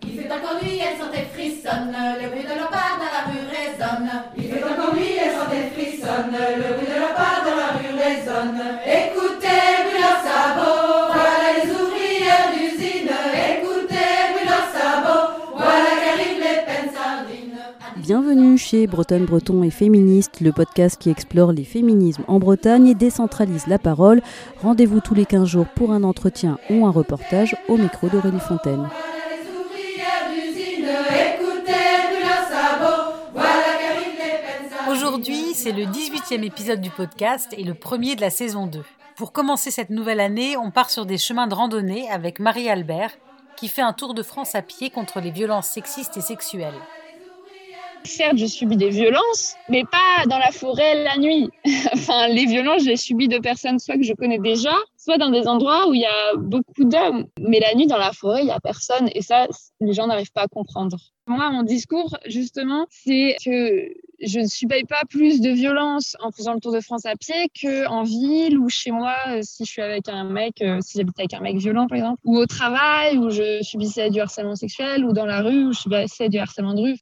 Il fait encore nuit, elle sentait frissonne, le bruit de leur pas dans la rue résonne. Il fait encore nuit, elle sentait frissonne, le bruit de leur pas dans la rue résonne. Écoutez, brûle leurs sabots, voilà les ouvrières d'usine. Écoutez, brûle leurs sabots, voilà qu'arrivent les peines sardines. Bienvenue chez Bretonne Breton et Féministe, le podcast qui explore les féminismes en Bretagne et décentralise la parole. Rendez-vous tous les 15 jours pour un entretien ou un reportage au micro d'Aurélie Fontaine. Aujourd'hui, c'est le 18e épisode du podcast et le premier de la saison 2. Pour commencer cette nouvelle année, on part sur des chemins de randonnée avec Marie Albert, qui fait un tour de France à pied contre les violences sexistes et sexuelles. Certes, je subis des violences, mais pas dans la forêt la nuit. Enfin, les violences, je les subis de personnes soit que je connais déjà, soit dans des endroits où il y a beaucoup d'hommes. Mais la nuit, dans la forêt, il n'y a personne. Et ça, les gens n'arrivent pas à comprendre. Moi, mon discours, justement, c'est que je ne subis pas plus de violence en faisant le Tour de France à pied qu'en ville ou chez moi, si je suis avec un mec, si j'habite avec un mec violent, par exemple, ou au travail, où je subissais du harcèlement sexuel, ou dans la rue, où je subissais du harcèlement de rue.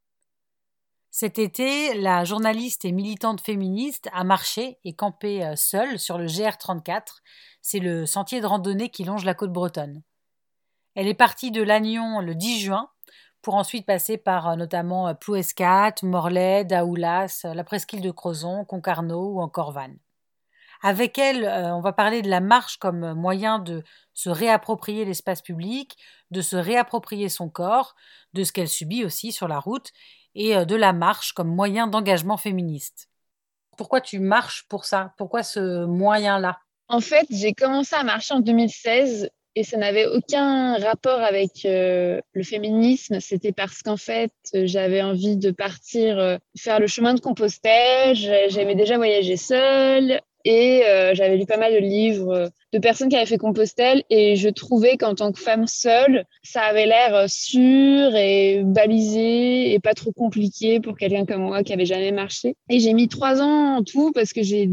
Cet été, la journaliste et militante féministe a marché et campé seule sur le GR34. C'est le sentier de randonnée qui longe la côte bretonne. Elle est partie de Lannion le 10 juin pour ensuite passer par notamment Plouescat, Morlaix, Daoulas, la presqu'île de Crozon, Concarneau ou encore Vannes. Avec elle, on va parler de la marche comme moyen de se réapproprier l'espace public, de se réapproprier son corps, de ce qu'elle subit aussi sur la route, et de la marche comme moyen d'engagement féministe. Pourquoi tu marches pour ça ? Pourquoi ce moyen-là ? En fait, j'ai commencé à marcher en 2016 et ça n'avait aucun rapport avec le féminisme. C'était parce qu'en fait, j'avais envie de partir faire le chemin de Compostelle. J'aimais déjà voyager seule et j'avais lu pas mal de livres de personnes qui avaient fait Compostelle et je trouvais qu'en tant que femme seule, ça avait l'air sûr et balisé et pas trop compliqué pour quelqu'un comme moi qui avait jamais marché. Et j'ai mis 3 ans en tout parce que j'ai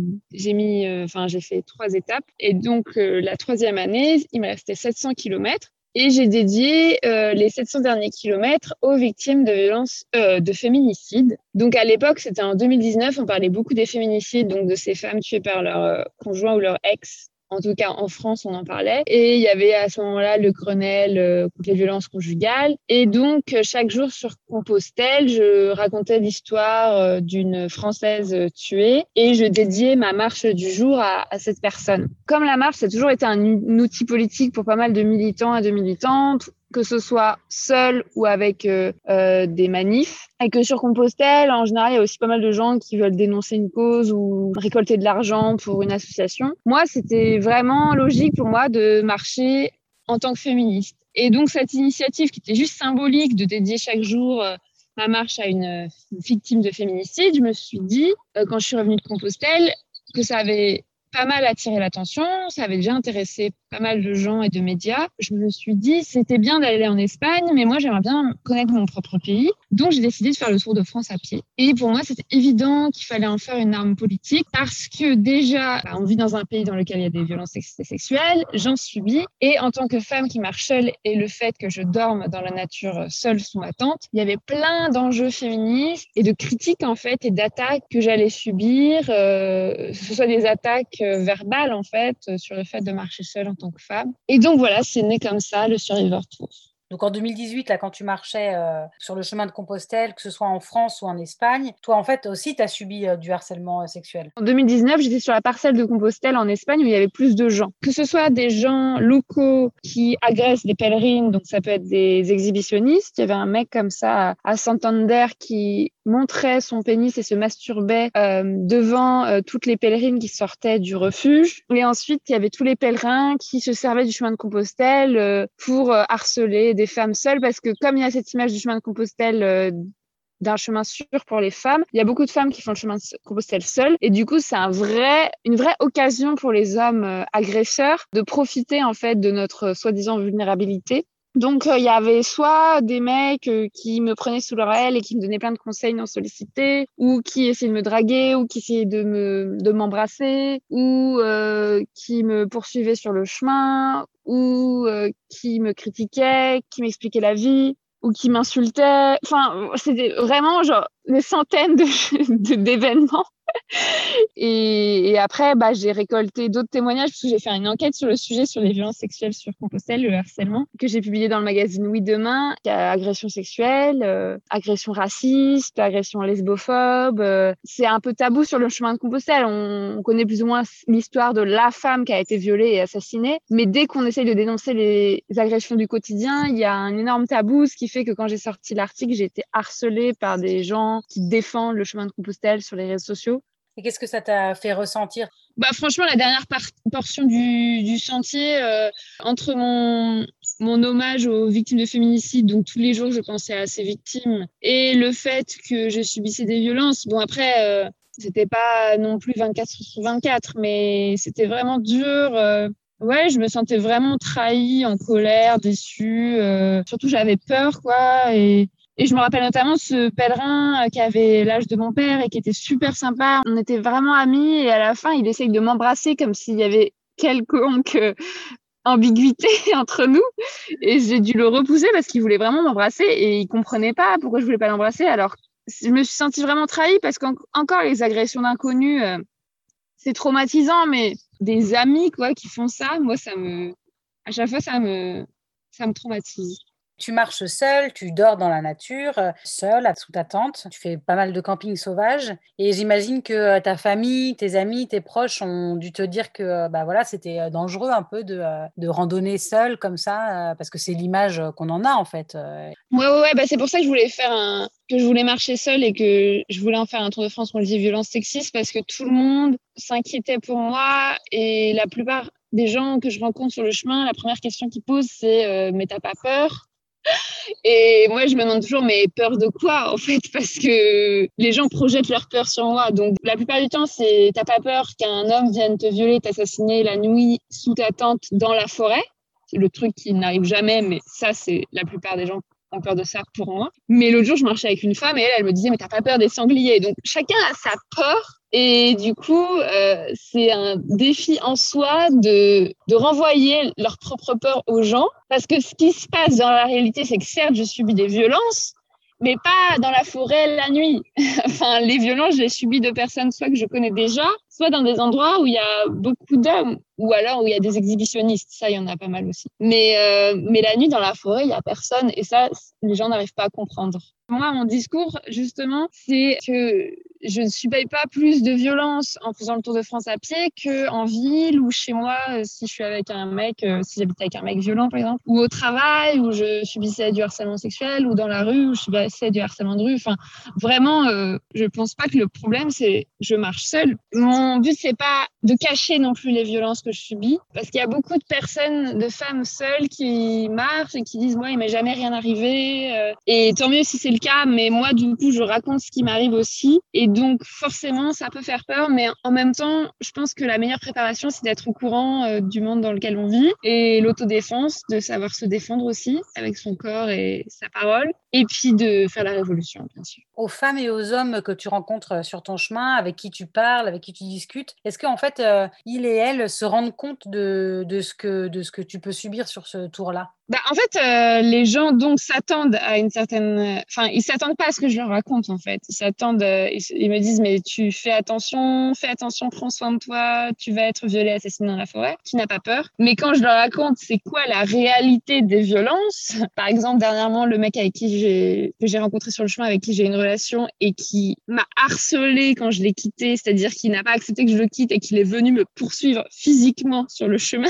fait 3 étapes. Et donc, la 3e année, il me restait 700 kilomètres. Et j'ai dédié les 700 derniers kilomètres aux victimes de violences, de féminicides. Donc à l'époque, c'était en 2019, on parlait beaucoup des féminicides, donc de ces femmes tuées par leur conjoint ou leur ex. En tout cas, en France, on en parlait. Et il y avait à ce moment-là le Grenelle contre les violences conjugales. Et donc, chaque jour sur Compostelle, je racontais l'histoire d'une Française tuée et je dédiais ma marche du jour à cette personne. Comme la marche, ça a toujours été un outil politique pour pas mal de militants et de militantes, que ce soit seul ou avec des manifs. Et que sur Compostelle, en général, il y a aussi pas mal de gens qui veulent dénoncer une cause ou récolter de l'argent pour une association. Moi, c'était vraiment logique pour moi de marcher en tant que féministe. Et donc, cette initiative qui était juste symbolique de dédier chaque jour ma marche à une victime de féminicide, je me suis dit, quand je suis revenue de Compostelle, que ça avait pas mal attiré l'attention, ça avait déjà intéressé pas mal de gens et de médias. Je me suis dit, c'était bien d'aller en Espagne, mais moi, j'aimerais bien connaître mon propre pays. Donc, j'ai décidé de faire le Tour de France à pied. Et pour moi, c'était évident qu'il fallait en faire une arme politique parce que déjà, on vit dans un pays dans lequel il y a des violences sexistes et sexuelles, j'en subis. Et en tant que femme qui marche seule et le fait que je dorme dans la nature seule sous ma tente, il y avait plein d'enjeux féministes et de critiques, en fait, et d'attaques que j'allais subir, que ce soit des attaques verbales, en fait, sur le fait de marcher seule en tant que femme. Et donc voilà, c'est né comme ça, le Survivor Tour. Donc en 2018, là, quand tu marchais sur le chemin de Compostelle, que ce soit en France ou en Espagne, toi, en fait, aussi, tu as subi du harcèlement sexuel. En 2019, j'étais sur la parcelle de Compostelle en Espagne où il y avait plus de gens. Que ce soit des gens locaux qui agressent des pèlerines, donc ça peut être des exhibitionnistes. Il y avait un mec comme ça à Santander qui montrait son pénis et se masturbait devant toutes les pèlerines qui sortaient du refuge. Et ensuite, il y avait tous les pèlerins qui se servaient du chemin de Compostelle pour harceler des femmes seules parce que comme il y a cette image du chemin de Compostelle d'un chemin sûr pour les femmes. Il y a beaucoup de femmes qui font le chemin de Compostelle seules. Et du coup, c'est une vraie occasion pour les hommes agresseurs de profiter, en fait, de notre soi-disant vulnérabilité. Donc, il y avait soit des mecs qui me prenaient sous leur aile et qui me donnaient plein de conseils non sollicités, ou qui essayaient de me draguer, ou qui essayaient de m'embrasser, ou qui me poursuivaient sur le chemin, ou qui me critiquaient, qui m'expliquaient la vie, ou qui m'insultaient. Enfin, c'était vraiment genre des centaines d'événements. Et après, j'ai récolté d'autres témoignages parce que j'ai fait une enquête sur le sujet, sur les violences sexuelles sur Compostelle, le harcèlement, que j'ai publié dans le magazine Oui Demain. Il y a agression sexuelle, agression raciste, agression lesbophobe. C'est un peu tabou sur le chemin de Compostelle. On connaît plus ou moins l'histoire de la femme qui a été violée et assassinée. Mais dès qu'on essaye de dénoncer les agressions du quotidien, il y a un énorme tabou, ce qui fait que quand j'ai sorti l'article, j'ai été harcelée par des gens qui défendent le chemin de Compostelle sur les réseaux sociaux. Et qu'est-ce que ça t'a fait ressentir? Franchement, la dernière portion du sentier, entre mon hommage aux victimes de féminicide, donc tous les jours je pensais à ces victimes, et le fait que je subissais des violences. Bon, après, c'était pas non plus 24/24, mais c'était vraiment dur. Ouais, je me sentais vraiment trahie, en colère, déçue. Surtout, j'avais peur, quoi. Et je me rappelle notamment ce pèlerin qui avait l'âge de mon père et qui était super sympa. On était vraiment amis et à la fin, il essaye de m'embrasser comme s'il y avait quelconque ambiguïté entre nous. Et j'ai dû le repousser parce qu'il voulait vraiment m'embrasser et il comprenait pas pourquoi je voulais pas l'embrasser. Alors, je me suis sentie vraiment trahie parce qu'encore les agressions d'inconnus, c'est traumatisant, mais des amis, quoi, qui font ça, moi, à chaque fois, ça me traumatise. Tu marches seule, tu dors dans la nature, seule, sous ta tente. Tu fais pas mal de camping sauvage. Et j'imagine que ta famille, tes amis, tes proches ont dû te dire que voilà, c'était dangereux un peu de randonner seule comme ça, parce que c'est l'image qu'on en a en fait. Ouais, c'est pour ça que je voulais marcher seule et que je voulais en faire un Tour de France contre les violences sexistes parce que tout le monde s'inquiétait pour moi et la plupart des gens que je rencontre sur le chemin, la première question qu'ils posent, c'est mais t'as pas peur? Et moi, je me demande toujours, mais peur de quoi, en fait? Parce que les gens projettent leur peur sur moi. Donc, la plupart du temps, c'est t'as pas peur qu'un homme vienne te violer, t'assassiner la nuit sous ta tente dans la forêt. C'est le truc qui n'arrive jamais, mais ça, c'est la plupart des gens ont peur de ça pour moi. Mais l'autre jour, je marchais avec une femme et elle me disait, mais t'as pas peur des sangliers? Donc, chacun a sa peur. Et du coup, c'est un défi en soi de renvoyer leur propre peur aux gens. Parce que ce qui se passe dans la réalité, c'est que certes, je subis des violences, mais pas dans la forêt la nuit. Enfin, les violences, je les subis de personnes soit que je connais déjà, soit dans des endroits où il y a beaucoup d'hommes, ou alors où il y a des exhibitionnistes. Ça, il y en a pas mal aussi. Mais la nuit, dans la forêt, il y a personne. Et ça, les gens n'arrivent pas à comprendre. Moi, mon discours, justement, c'est que je ne subis pas plus de violence en faisant le Tour de France à pied qu'en ville ou chez moi, si je suis avec un mec, si j'habite avec un mec violent, par exemple, ou au travail, où je subissais du harcèlement sexuel, ou dans la rue, où je subissais du harcèlement de rue. Enfin, vraiment, je pense pas que le problème, c'est je marche seule. Mon but, c'est pas de cacher non plus les violences que je subis, parce qu'il y a beaucoup de personnes, de femmes seules qui marchent et qui disent, moi, il m'est jamais rien arrivé. Et tant mieux si c'est le cas, mais moi, du coup, je raconte ce qui m'arrive aussi. Et donc, forcément, ça peut faire peur, mais en même temps, je pense que la meilleure préparation, c'est d'être au courant du monde dans lequel on vit et l'autodéfense, de savoir se défendre aussi avec son corps et sa parole, et puis de faire la révolution, bien sûr. Aux femmes et aux hommes que tu rencontres sur ton chemin, avec qui tu parles, avec qui tu discutes, est-ce qu'en fait, ils et elles se rendent compte de ce que tu peux subir sur ce tour-là? En fait, les gens donc s'attendent à une certaine... Enfin, ils s'attendent pas à ce que je leur raconte, en fait. Ils s'attendent... Ils me disent, mais tu fais attention, prends soin de toi, tu vas être violée, assassinée dans la forêt. Tu n'as pas peur. Mais quand je leur raconte c'est quoi la réalité des violences, par exemple, dernièrement, le mec que j'ai rencontré sur le chemin, avec qui j'ai une relation et qui m'a harcelée quand je l'ai quitté, c'est-à-dire qu'il n'a pas accepté que je le quitte et qu'il est venu me poursuivre physiquement sur le chemin.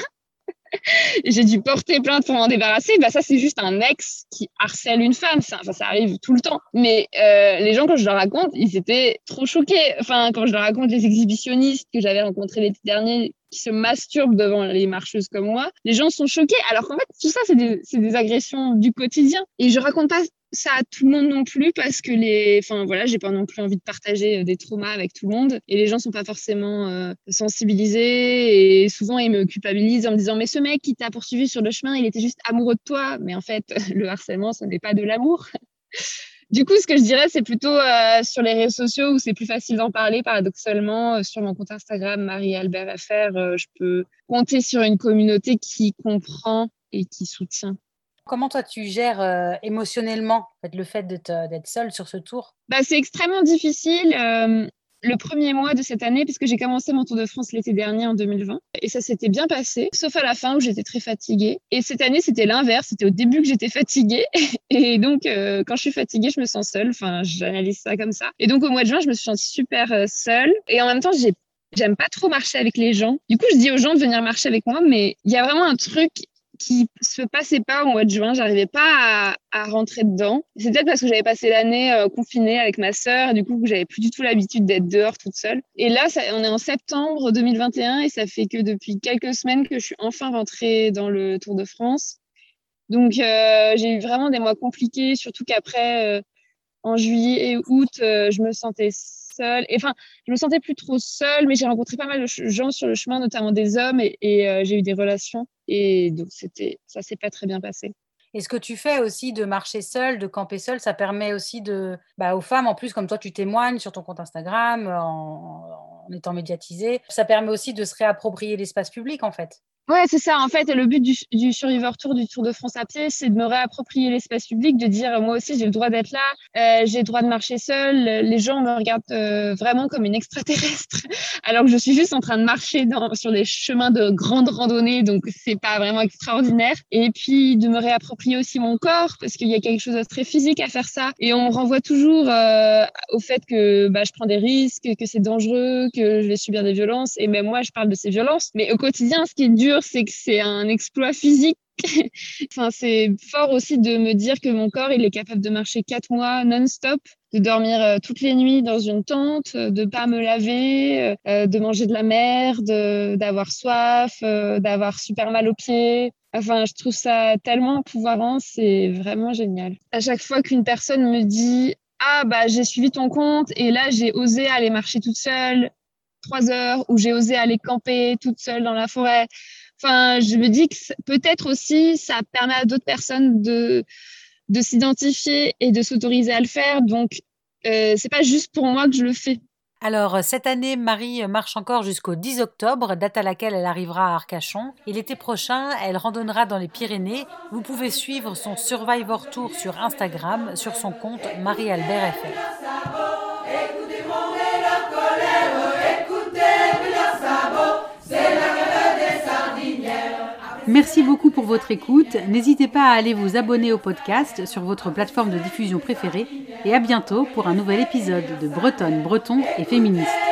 J'ai dû porter plainte pour m'en débarrasser. Ça, c'est juste un ex qui harcèle une femme. Ça arrive tout le temps. Mais les gens, quand je leur raconte, ils étaient trop choqués. Enfin, quand je leur raconte les exhibitionnistes que j'avais rencontrés l'été dernier qui se masturbent devant les marcheuses comme moi, les gens sont choqués. Alors qu'en fait, tout ça, c'est des agressions du quotidien. Et je raconte pas ça à tout le monde non plus parce que j'ai pas non plus envie de partager des traumas avec tout le monde et les gens sont pas forcément sensibilisés et souvent ils me culpabilisent en me disant mais ce mec qui t'a poursuivi sur le chemin, il était juste amoureux de toi. Mais en fait, le harcèlement, ce n'est pas de l'amour. Du coup, ce que je dirais, c'est plutôt sur les réseaux sociaux où c'est plus facile d'en parler. Paradoxalement, sur mon compte Instagram, Marie-Albert Affaire, je peux compter sur une communauté qui comprend et qui soutient. Comment toi tu gères émotionnellement en fait, le fait d'être seule sur ce tour? C'est extrêmement difficile. Le premier mois de cette année, puisque j'ai commencé mon Tour de France l'été dernier en 2020, et ça s'était bien passé, sauf à la fin où j'étais très fatiguée. Et cette année, c'était l'inverse, c'était au début que j'étais fatiguée, et donc quand je suis fatiguée, je me sens seule, enfin j'analyse ça comme ça. Et donc au mois de juin, je me suis sentie super seule, et en même temps, j'aime pas trop marcher avec les gens. Du coup, je dis aux gens de venir marcher avec moi, mais il y a vraiment un truc qui se passait pas au mois de juin. J'arrivais pas à rentrer dedans. C'est peut-être parce que j'avais passé l'année confinée avec ma sœur, et du coup, j'avais plus du tout l'habitude d'être dehors toute seule. Et là, on est en septembre 2021 et ça fait que depuis quelques semaines que je suis enfin rentrée dans le Tour de France. Donc, j'ai eu vraiment des mois compliqués, surtout qu'après, en juillet et août, je me sentais seule. Enfin, je me sentais plus trop seule, mais j'ai rencontré pas mal de gens sur le chemin, notamment des hommes, et j'ai eu des relations. Et donc, ça s'est pas très bien passé. Et ce que tu fais aussi de marcher seule, de camper seule, ça permet aussi aux femmes, en plus, comme toi, tu témoignes sur ton compte Instagram, en étant médiatisée, ça permet aussi de se réapproprier l'espace public, en fait. Ouais, c'est ça. En fait, le but du Survivor Tour, du Tour de France à pied, c'est de me réapproprier l'espace public, de dire moi aussi j'ai le droit d'être là, j'ai le droit de marcher seule. Les gens me regardent vraiment comme une extraterrestre, alors que je suis juste en train de marcher sur des chemins de grande randonnée, donc c'est pas vraiment extraordinaire. Et puis de me réapproprier aussi mon corps, parce qu'il y a quelque chose de très physique à faire ça. Et on me renvoie toujours au fait que je prends des risques, que c'est dangereux, que je vais subir des violences. Et même moi, je parle de ces violences. Mais au quotidien, ce qui est dur, c'est que c'est un exploit physique. Enfin, c'est fort aussi de me dire que mon corps, il est capable de marcher 4 mois non-stop, de dormir toutes les nuits dans une tente, de pas me laver, de manger de la merde, d'avoir soif, d'avoir super mal aux pieds. Enfin, je trouve ça tellement empouvoirant, c'est vraiment génial. À chaque fois qu'une personne me dit « Ah, j'ai suivi ton compte et là, j'ai osé aller marcher toute seule 3 heures ou j'ai osé aller camper toute seule dans la forêt », enfin, je me dis que peut-être aussi, ça permet à d'autres personnes de s'identifier et de s'autoriser à le faire. Donc, c'est pas juste pour moi que je le fais. Alors, cette année, Marie marche encore jusqu'au 10 octobre, date à laquelle elle arrivera à Arcachon. Et l'été prochain, elle randonnera dans les Pyrénées. Vous pouvez suivre son Survivor Tour sur Instagram, sur son compte Marie-Albert FR. Merci beaucoup pour votre écoute. N'hésitez pas à aller vous abonner au podcast sur votre plateforme de diffusion préférée et à bientôt pour un nouvel épisode de Bretonne, Breton et Féministe.